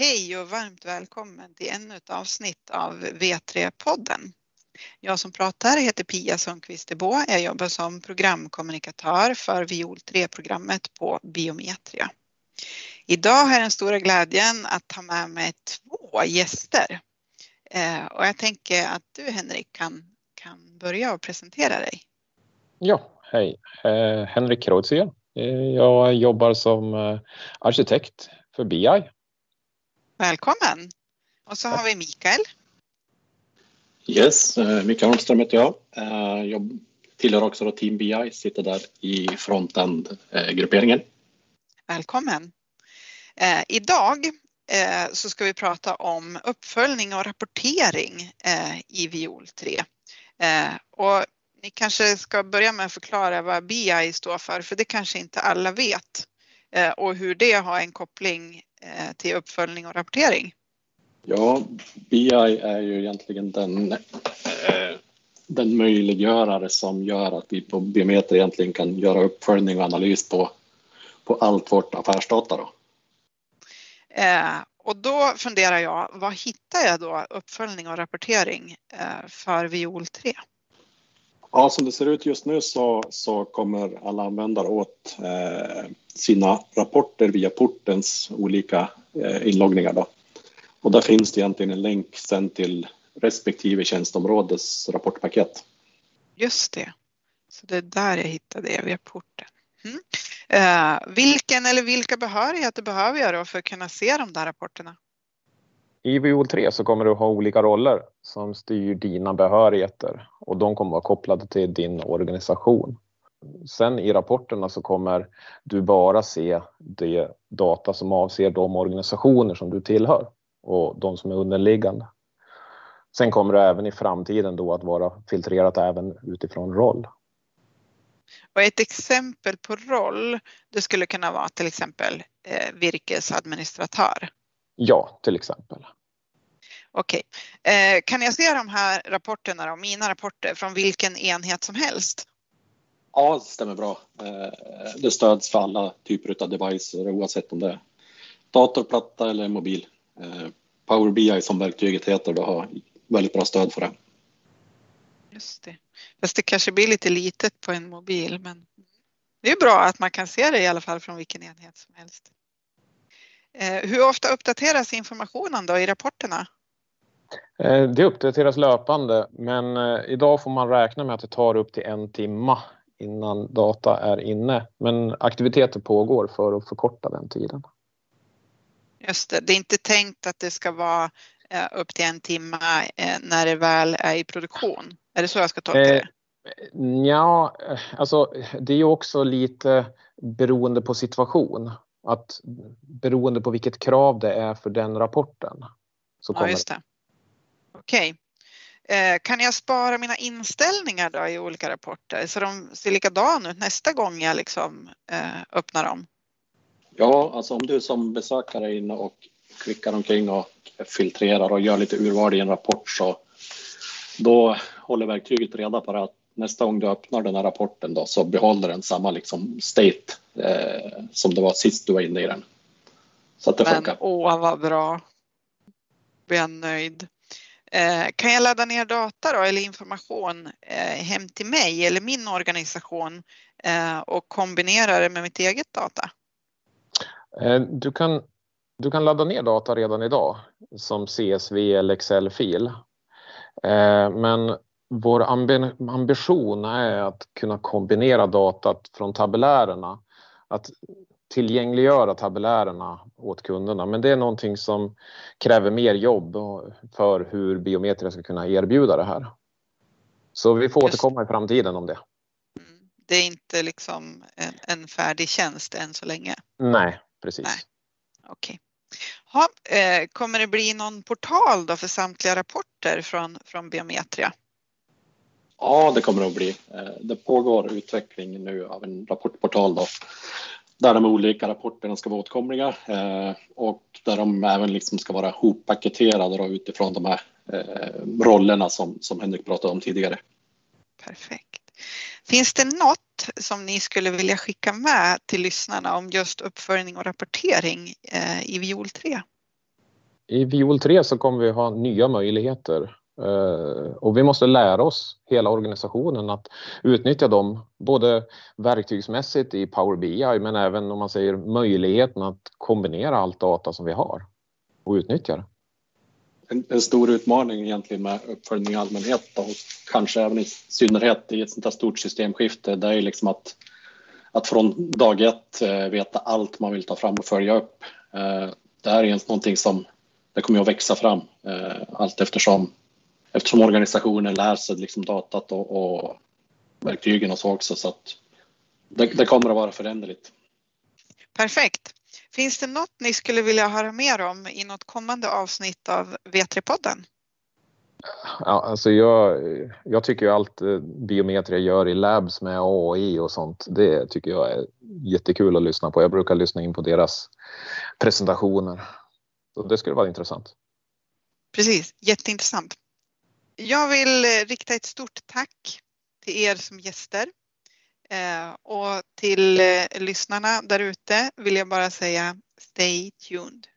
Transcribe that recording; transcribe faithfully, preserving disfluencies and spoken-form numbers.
Hej och varmt välkommen till ännu ett avsnitt av V tre-podden. Jag som pratar heter Pia Sundqvist-Debo. Jag jobbar som programkommunikatör för Viol tre-programmet på Biometria. Idag har jag den stora glädjen att ha med mig två gäster. Eh, och jag tänker att du, Henrik, kan, kan börja och presentera dig. Ja, hej. Eh, Henrik Kreutzer. Eh, jag jobbar som eh, arkitekt för B I. Välkommen. Och så har vi Mikael. Yes, eh, Mikael Holmström heter jag. Eh, jag tillhör också då Team B I, sitter där i frontend-grupperingen. Välkommen. Eh, idag eh, så ska vi prata om uppföljning och rapportering eh, i Viol tre. Eh, och ni kanske ska börja med att förklara vad B I står för, för det kanske inte alla vet. Eh, och hur det har en koppling eh, till uppföljning och rapportering. Ja, B I är ju egentligen den, eh, den möjliggörare som gör att vi på Biometria egentligen kan göra uppföljning och analys på, på allt vårt affärsdata då. Eh, och då funderar jag, vad hittar jag då uppföljning och rapportering eh, för Viol tre? Ja, som det ser ut just nu så, så kommer alla användare åt eh, sina rapporter via portens olika eh, inloggningar då. Och där finns det egentligen en länk sen till respektive tjänstområdes rapportpaket. Just det. Så det är där jag hittade det, via porten. Mm. Eh, vilken eller vilka behörigheter behöver jag då för att kunna se de där rapporterna? I Viol tre så kommer du ha olika roller som styr dina behörigheter. Och de kommer vara kopplade till din organisation. Sen i rapporterna så kommer du bara se det data som avser de organisationer som du tillhör. Och de som är underliggande. Sen kommer det även i framtiden då att vara filtrerat även utifrån roll. Och ett exempel på roll, det skulle kunna vara till exempel eh, virkesadministratör. Ja, till exempel. Okej. Eh, kan jag se de här rapporterna då, mina rapporter från vilken enhet som helst? Ja, det stämmer bra. Eh, det stöds för alla typer av devices oavsett om det är datorplatta eller mobil. Eh, Power B I som verktyget heter då har väldigt bra stöd för det. Just det. Fast det kanske blir lite litet på en mobil, men det är bra att man kan se det i alla fall från vilken enhet som helst. Eh, hur ofta uppdateras informationen då i rapporterna? Eh, det uppdateras löpande, men eh, idag får man räkna med att det tar upp till en timma innan data är inne. Men aktiviteter pågår för att förkorta den tiden. Just det, det är inte tänkt att det ska vara eh, upp till en timme eh, när det väl är i produktion. Är det så jag ska tolka det? Eh, ja, alltså det är ju också lite beroende på situation. Att beroende på vilket krav det är för den rapporten. Så kommer... Ja, just det. Okej. Eh, kan jag spara mina inställningar då i olika rapporter så de ser likadana ut nästa gång jag liksom eh, öppnar dem? Ja, alltså om du som besökare är inne och klickar omkring och filtrerar och gör lite urval i en rapport så då håller verktyget reda på det att nästa gång du öppnar den här rapporten då så behåller den samma liksom state eh, som det var sist du var inne i den. Så att det Men funkar. åh vad bra. Blir jag nöjd. Eh, kan jag ladda ner data då eller information eh, hem till mig eller min organisation eh, och kombinera det med mitt eget data? Du kan, du kan ladda ner data redan idag som C S V eller Excel-fil. Men vår ambition är att kunna kombinera datat från tabellärerna. Att tillgängliggöra tabellärerna åt kunderna. Men det är någonting som kräver mer jobb för hur Biometria ska kunna erbjuda det här. Så vi får återkomma i framtiden om det. Det är inte liksom en, en färdig tjänst än så länge? Nej, precis. Nej. Okej. Ha, eh, kommer det bli någon portal då för samtliga rapporter från, från Biometria? Ja, det kommer det att bli. Det pågår utveckling nu av en rapportportal då, där de olika rapporterna ska vara åtkomliga eh, och där de även liksom ska vara hoppaketerade då, utifrån de här eh, rollerna som, som Henrik pratade om tidigare. Perfekt. Finns det något som ni skulle vilja skicka med till lyssnarna om just uppföljning och rapportering eh, i Viol tre? i Viol tre så kommer vi ha nya möjligheter. Och vi måste lära oss, hela organisationen, att utnyttja dem både verktygsmässigt i Power B I, men även om man säger möjligheten att kombinera allt data som vi har och utnyttja det. En, en stor utmaning egentligen med uppföljning i allmänhet och kanske även i synnerhet i ett sånt här stort systemskifte, det är liksom att, att från dag ett veta allt man vill ta fram och följa upp. Det här är någonting som det kommer att växa fram allt eftersom Eftersom organisationen lär sig liksom datat och, och verktygen och så också, så att det, det kommer att vara föränderligt. Perfekt. Finns det något ni skulle vilja höra mer om i något kommande avsnitt av V tre-podden? Ja, alltså jag, jag tycker ju allt Biometria gör i labs med A I och sånt, det tycker jag är jättekul att lyssna på. Jag brukar lyssna in på deras presentationer. Så det skulle vara intressant. Precis, jätteintressant. Jag vill rikta ett stort tack till er som gäster och till lyssnarna där ute vill jag bara säga stay tuned.